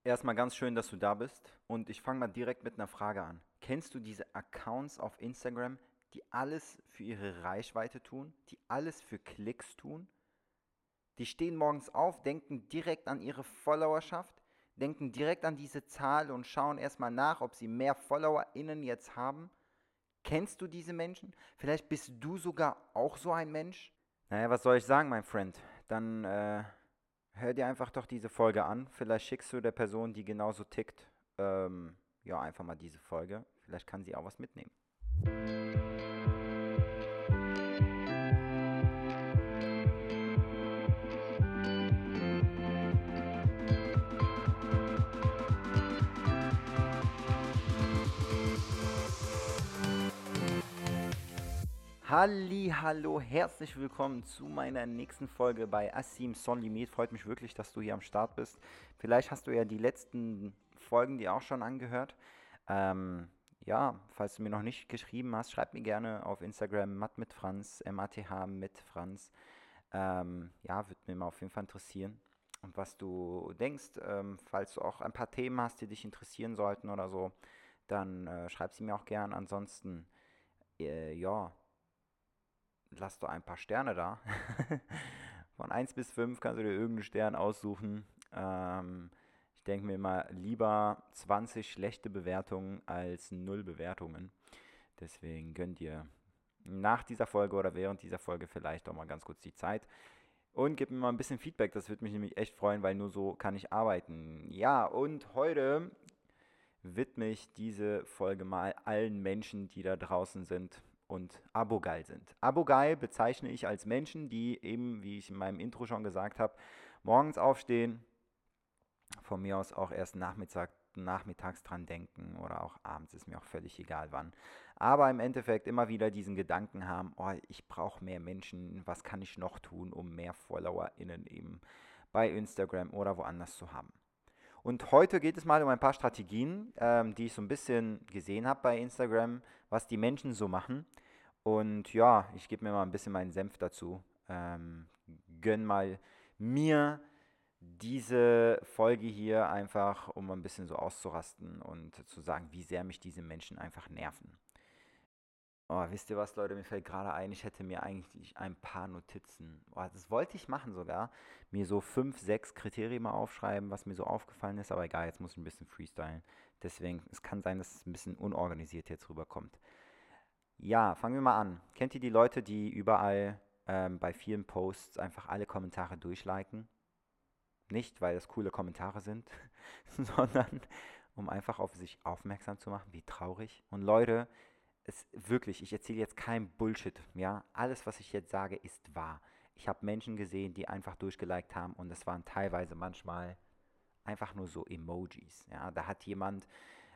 Erstmal ganz schön, dass du da bist. Und ich fange mal direkt mit einer Frage an. Kennst du diese Accounts auf Instagram, die alles für ihre Reichweite tun, die alles für Klicks tun? Die stehen morgens auf, denken direkt an ihre Followerschaft, denken direkt an diese Zahl und schauen erstmal nach, ob sie mehr FollowerInnen jetzt haben. Kennst du diese Menschen? Vielleicht bist du sogar auch so ein Mensch? Naja, was soll ich sagen, mein Friend? Dann hör dir einfach doch diese Folge an. Vielleicht schickst du der Person, die genauso tickt, ja, einfach mal diese Folge. Vielleicht kann sie auch was mitnehmen. Hallo, herzlich willkommen zu meiner nächsten Folge bei Assim Son Limit. Freut mich wirklich, dass du hier am Start bist. Vielleicht hast du ja die letzten Folgen dir auch schon angehört. Ja, falls du mir noch nicht geschrieben hast, schreib mir gerne auf Instagram Matt mit Franz, MATH mit Franz. Ja, würde mir mal auf jeden Fall interessieren. Und was du denkst, falls du auch ein paar Themen hast, die dich interessieren sollten oder so, dann schreib sie mir auch gern. Ansonsten, ja, lass doch ein paar Sterne da. Von 1 bis 5 kannst du dir irgendeinen Stern aussuchen. Ich denke mir mal lieber 20 schlechte Bewertungen als 0 Bewertungen. Deswegen gönn dir nach dieser Folge oder während dieser Folge vielleicht auch mal ganz kurz die Zeit. Und gib mir mal ein bisschen Feedback, das würde mich nämlich echt freuen, weil nur so kann ich arbeiten. Ja, und heute widme ich diese Folge mal allen Menschen, die da draußen sind und abogeil sind. Abogeil bezeichne ich als Menschen, die eben, wie ich in meinem Intro schon gesagt habe, morgens aufstehen, von mir aus auch erst nachmittags dran denken oder auch abends, ist mir auch völlig egal wann. Aber im Endeffekt immer wieder diesen Gedanken haben, oh, ich brauche mehr Menschen, was kann ich noch tun, um mehr FollowerInnen eben bei Instagram oder woanders zu haben. Und heute geht es mal um ein paar Strategien, die ich so ein bisschen gesehen habe bei Instagram, was die Menschen so machen. Und ja, ich gebe mir mal ein bisschen meinen Senf dazu. Gönn mal mir diese Folge hier einfach, um ein bisschen so auszurasten und zu sagen, wie sehr mich diese Menschen einfach nerven. Oh, wisst ihr was, Leute? Mir fällt gerade ein, ich hätte mir eigentlich ein paar Notizen. Oh, das wollte ich machen sogar. Mir so 5, 6 Kriterien mal aufschreiben, was mir so aufgefallen ist. Aber egal, jetzt muss ich ein bisschen freestylen. Deswegen, es kann sein, dass es ein bisschen unorganisiert jetzt rüberkommt. Ja, fangen wir mal an. Kennt ihr die Leute, die überall bei vielen Posts einfach alle Kommentare durchliken? Nicht, weil das coole Kommentare sind, sondern um einfach auf sich aufmerksam zu machen. Wie traurig. Und Leute, es wirklich, ich erzähle jetzt kein Bullshit, ja. Alles, was ich jetzt sage, ist wahr. Ich habe Menschen gesehen, die einfach durchgeliked haben und es waren teilweise manchmal einfach nur so Emojis. Ja, da hat jemand,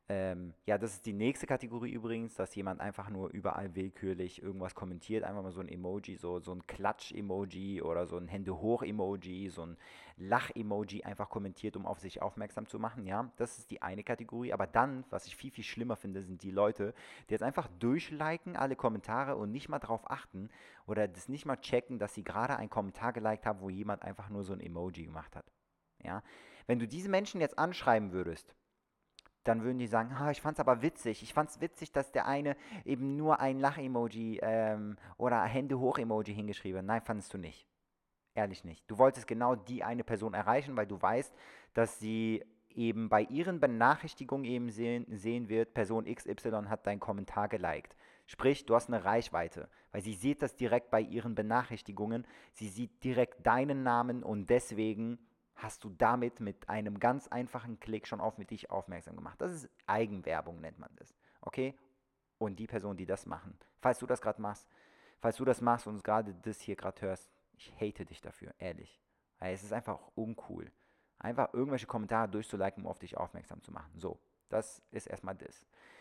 ja, das ist die nächste Kategorie übrigens, dass jemand einfach nur überall willkürlich irgendwas kommentiert, einfach mal so ein Emoji, so ein Klatsch-Emoji oder so ein Hände-hoch-Emoji, so ein Lach-Emoji einfach kommentiert, um auf sich aufmerksam zu machen. Ja, das ist die eine Kategorie. Aber dann, was ich viel, viel schlimmer finde, sind die Leute, die jetzt einfach durchliken alle Kommentare und nicht mal drauf achten oder das nicht mal checken, dass sie gerade einen Kommentar geliked haben, wo jemand einfach nur so ein Emoji gemacht hat. Ja, wenn du diese Menschen jetzt anschreiben würdest, dann würden die sagen, ich fand's aber witzig. Ich fand's witzig, dass der eine eben nur ein Lach-Emoji oder Hände-hoch-Emoji hingeschrieben hat. Nein, fandest du nicht. Ehrlich nicht. Du wolltest genau die eine Person erreichen, weil du weißt, dass sie eben bei ihren Benachrichtigungen eben sehen wird, Person XY hat deinen Kommentar geliked. Sprich, du hast eine Reichweite, weil sie sieht das direkt bei ihren Benachrichtigungen. Sie sieht direkt deinen Namen und deswegen hast du damit mit einem ganz einfachen Klick schon auf dich aufmerksam gemacht. Das ist Eigenwerbung, nennt man das. Okay? Und die Personen, die das machen, falls du das machst und gerade das hier gerade hörst, ich hate dich dafür, ehrlich. Weil es ist einfach uncool. Einfach irgendwelche Kommentare durchzuliken, um auf dich aufmerksam zu machen. So, das ist erstmal das.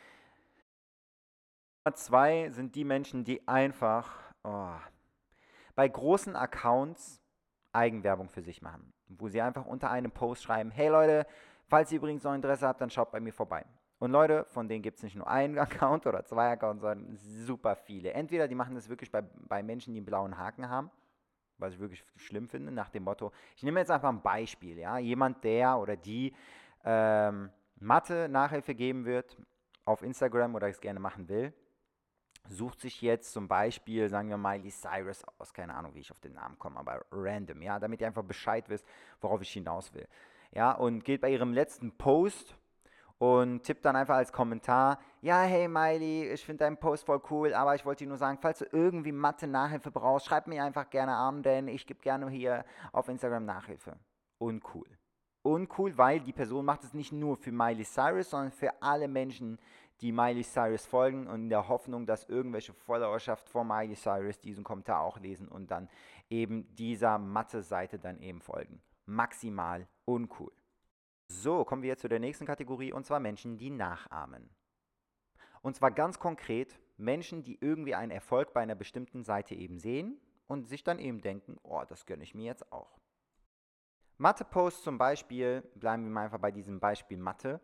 Nummer 2 sind die Menschen, die einfach bei großen Accounts Eigenwerbung für sich machen. Wo sie einfach unter einem Post schreiben, hey Leute, falls ihr übrigens noch Interesse habt, dann schaut bei mir vorbei. Und Leute, von denen gibt es nicht nur einen Account oder zwei Accounts, sondern super viele. Entweder die machen das wirklich bei Menschen, die einen blauen Haken haben, was ich wirklich schlimm finde, nach dem Motto, ich nehme jetzt einfach ein Beispiel, ja, jemand, der oder die Mathe-Nachhilfe geben wird auf Instagram oder es gerne machen will, sucht sich jetzt zum Beispiel, sagen wir Miley Cyrus aus, keine Ahnung, wie ich auf den Namen komme, aber random, ja, damit ihr einfach Bescheid wisst, worauf ich hinaus will. Ja, und geht bei ihrem letzten Post und tippt dann einfach als Kommentar, ja, hey Miley, ich finde deinen Post voll cool, aber ich wollte dir nur sagen, falls du irgendwie Mathe-Nachhilfe brauchst, schreib mir einfach gerne an, denn ich gebe gerne hier auf Instagram Nachhilfe. Uncool. Uncool, weil die Person macht es nicht nur für Miley Cyrus, sondern für alle Menschen, die Miley Cyrus folgen und in der Hoffnung, dass irgendwelche Followerschaft von Miley Cyrus diesen Kommentar auch lesen und dann eben dieser Mathe-Seite dann eben folgen. Maximal uncool. So, kommen wir jetzt zu der nächsten Kategorie und zwar Menschen, die nachahmen. Und zwar ganz konkret Menschen, die irgendwie einen Erfolg bei einer bestimmten Seite eben sehen und sich dann eben denken, oh, das gönne ich mir jetzt auch. Mathe-Posts zum Beispiel, bleiben wir mal einfach bei diesem Beispiel Mathe,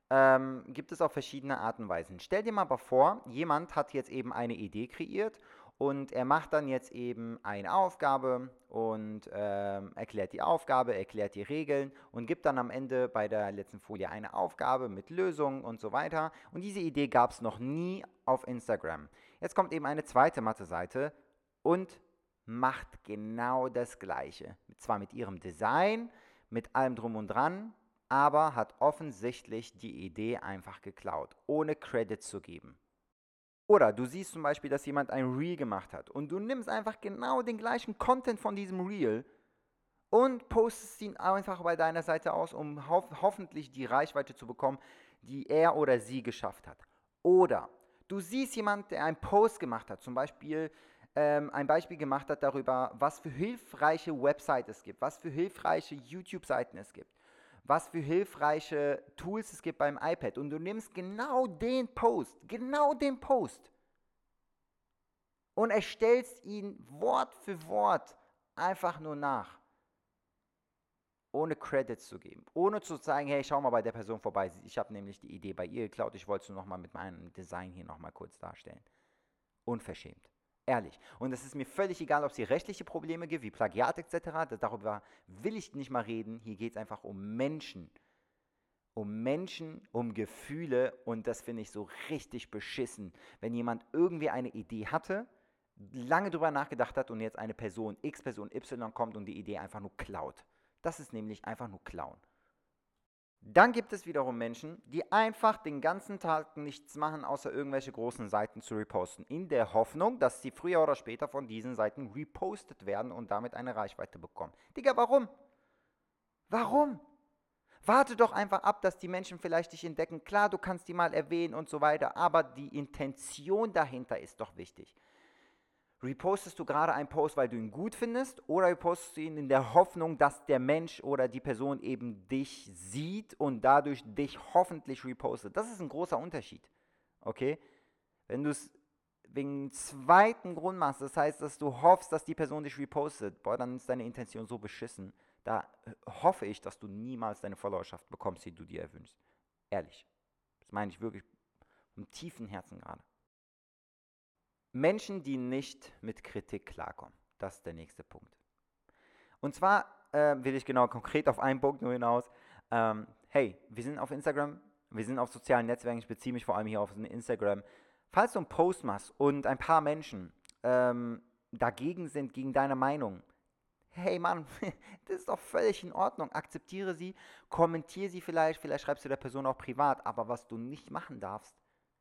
gibt es auf verschiedene Arten und Weisen. Stell dir mal aber vor, jemand hat jetzt eben eine Idee kreiert und er macht dann jetzt eben eine Aufgabe und erklärt die Aufgabe, erklärt die Regeln und gibt dann am Ende bei der letzten Folie eine Aufgabe mit Lösungen und so weiter. Und diese Idee gab es noch nie auf Instagram. Jetzt kommt eben eine zweite Mathe-Seite und macht genau das Gleiche. Zwar mit ihrem Design, mit allem drum und dran, aber hat offensichtlich die Idee einfach geklaut, ohne Credit zu geben. Oder du siehst zum Beispiel, dass jemand ein Reel gemacht hat und du nimmst einfach genau den gleichen Content von diesem Reel und postest ihn einfach bei deiner Seite aus, um hoffentlich die Reichweite zu bekommen, die er oder sie geschafft hat. Oder du siehst jemanden, der einen Post gemacht hat, zum Beispiel ein Beispiel gemacht hat darüber, was für hilfreiche Websites es gibt, was für hilfreiche YouTube-Seiten es gibt, was für hilfreiche Tools es gibt beim iPad. Und du nimmst genau den Post und erstellst ihn Wort für Wort einfach nur nach, ohne Credits zu geben, ohne zu sagen, hey, schau mal bei der Person vorbei, ich habe nämlich die Idee bei ihr geklaut, ich wollte es nur nochmal mit meinem Design hier nochmal kurz darstellen. Unverschämt. Ehrlich. Und es ist mir völlig egal, ob es hier rechtliche Probleme gibt, wie Plagiat etc. Darüber will ich nicht mal reden. Hier geht es einfach um Menschen. Um Menschen, um Gefühle und das finde ich so richtig beschissen, wenn jemand irgendwie eine Idee hatte, lange drüber nachgedacht hat und jetzt eine Person X, Person Y kommt und die Idee einfach nur klaut. Das ist nämlich einfach nur klauen. Dann gibt es wiederum Menschen, die einfach den ganzen Tag nichts machen, außer irgendwelche großen Seiten zu reposten, in der Hoffnung, dass sie früher oder später von diesen Seiten repostet werden und damit eine Reichweite bekommen. Digga, warum? Warum? Warte doch einfach ab, dass die Menschen vielleicht dich entdecken. Klar, du kannst die mal erwähnen und so weiter, aber die Intention dahinter ist doch wichtig. Repostest du gerade einen Post, weil du ihn gut findest, oder repostest du ihn in der Hoffnung, dass der Mensch oder die Person eben dich sieht und dadurch dich hoffentlich repostet? Das ist ein großer Unterschied. Okay? Wenn du es wegen zweiten Grund machst, das heißt, dass du hoffst, dass die Person dich repostet, boah, dann ist deine Intention so beschissen. Da hoffe ich, dass du niemals deine Followerschaft bekommst, die du dir erwünschst. Ehrlich. Das meine ich wirklich vom tiefen Herzen gerade. Menschen, die nicht mit Kritik klarkommen. Das ist der nächste Punkt. Und zwar will ich genau konkret auf einen Punkt nur hinaus. Hey, wir sind auf Instagram, wir sind auf sozialen Netzwerken, ich beziehe mich vor allem hier auf Instagram. Falls du einen Post machst und ein paar Menschen dagegen sind, gegen deine Meinung, hey Mann, das ist doch völlig in Ordnung. Akzeptiere sie, kommentiere sie vielleicht schreibst du der Person auch privat, aber was du nicht machen darfst,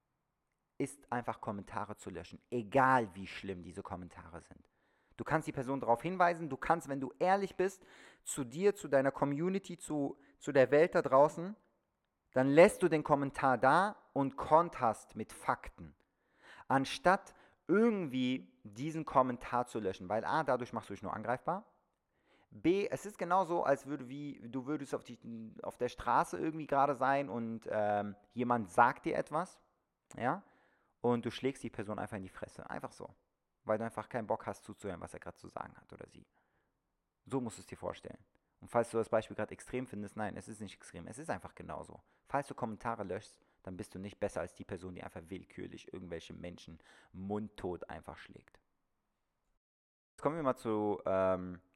ist einfach Kommentare zu löschen, egal wie schlimm diese Kommentare sind. Du kannst die Person darauf hinweisen, du kannst, wenn du ehrlich bist, zu dir, zu deiner Community, zu der Welt da draußen, dann lässt du den Kommentar da und konterst mit Fakten, anstatt irgendwie diesen Kommentar zu löschen, weil A, dadurch machst du dich nur angreifbar, B, es ist genauso, als du würdest auf der Straße irgendwie gerade sein und jemand sagt dir etwas, ja, und du schlägst die Person einfach in die Fresse. Einfach so. Weil du einfach keinen Bock hast zuzuhören, was er gerade zu sagen hat oder sie. So musst du es dir vorstellen. Und falls du das Beispiel gerade extrem findest, nein, es ist nicht extrem. Es ist einfach genauso. Falls du Kommentare löschst, dann bist du nicht besser als die Person, die einfach willkürlich irgendwelche Menschen mundtot einfach schlägt. Jetzt kommen wir mal zu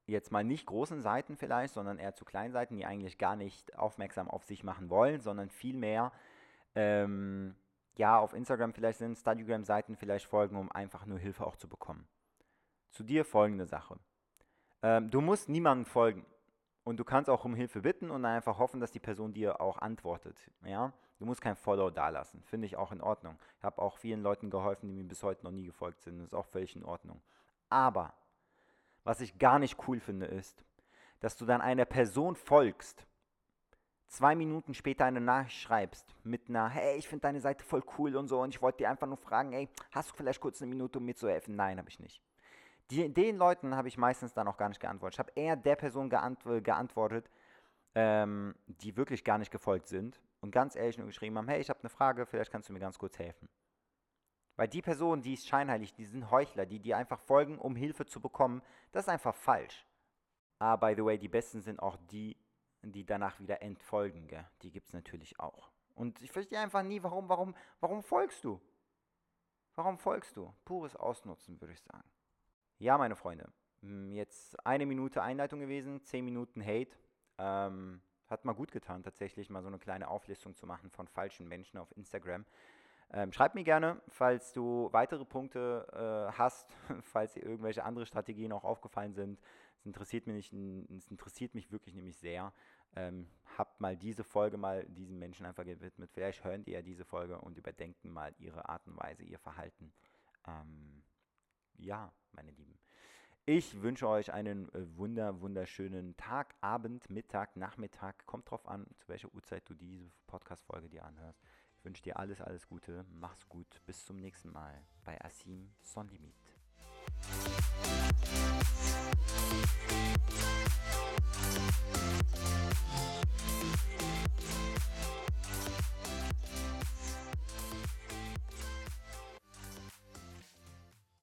jetzt mal nicht großen Seiten vielleicht, sondern eher zu kleinen Seiten, die eigentlich gar nicht aufmerksam auf sich machen wollen, sondern vielmehr ja, auf Instagram vielleicht sind, Studygram-Seiten vielleicht folgen, um einfach nur Hilfe auch zu bekommen. Zu dir folgende Sache. Du musst niemandem folgen. Und du kannst auch um Hilfe bitten und dann einfach hoffen, dass die Person dir auch antwortet. Ja? Du musst kein Follow dalassen. Finde ich auch in Ordnung. Ich habe auch vielen Leuten geholfen, die mir bis heute noch nie gefolgt sind. Das ist auch völlig in Ordnung. Aber was ich gar nicht cool finde, ist, dass du dann einer Person folgst, 2 Minuten später eine Nachricht schreibst mit einer, hey, ich finde deine Seite voll cool und so und ich wollte dir einfach nur fragen, ey, hast du vielleicht kurz eine Minute, um mir zu helfen? Nein, habe ich nicht. Den Leuten habe ich meistens dann auch gar nicht geantwortet. Ich habe eher der Person geantwortet, die wirklich gar nicht gefolgt sind und ganz ehrlich nur geschrieben haben, hey, ich habe eine Frage, vielleicht kannst du mir ganz kurz helfen. Weil die Personen, die ist scheinheilig, die sind Heuchler, die dir einfach folgen, um Hilfe zu bekommen, das ist einfach falsch. Ah, by the way, die besten sind auch die, die danach wieder entfolgen, gell? Die gibt es natürlich auch. Und ich verstehe einfach nie, warum folgst du? Warum folgst du? Pures Ausnutzen, würde ich sagen. Ja, meine Freunde, jetzt 1 Minute Einleitung gewesen, 10 Minuten Hate. Hat mal gut getan, tatsächlich mal so eine kleine Auflistung zu machen von falschen Menschen auf Instagram. Schreibt mir gerne, falls du weitere Punkte hast, falls dir irgendwelche andere Strategien auch aufgefallen sind. Es interessiert mich wirklich nämlich sehr. Habt mal diese Folge mal diesen Menschen einfach gewidmet. Vielleicht hören die ja diese Folge und überdenken mal ihre Art und Weise, ihr Verhalten. Ja, meine Lieben. Ich wünsche euch einen wunderschönen Tag, Abend, Mittag, Nachmittag. Kommt drauf an, zu welcher Uhrzeit du diese Podcast-Folge dir anhörst. Ich wünsche dir alles Gute. Mach's gut. Bis zum nächsten Mal bei Asim Sans Limite.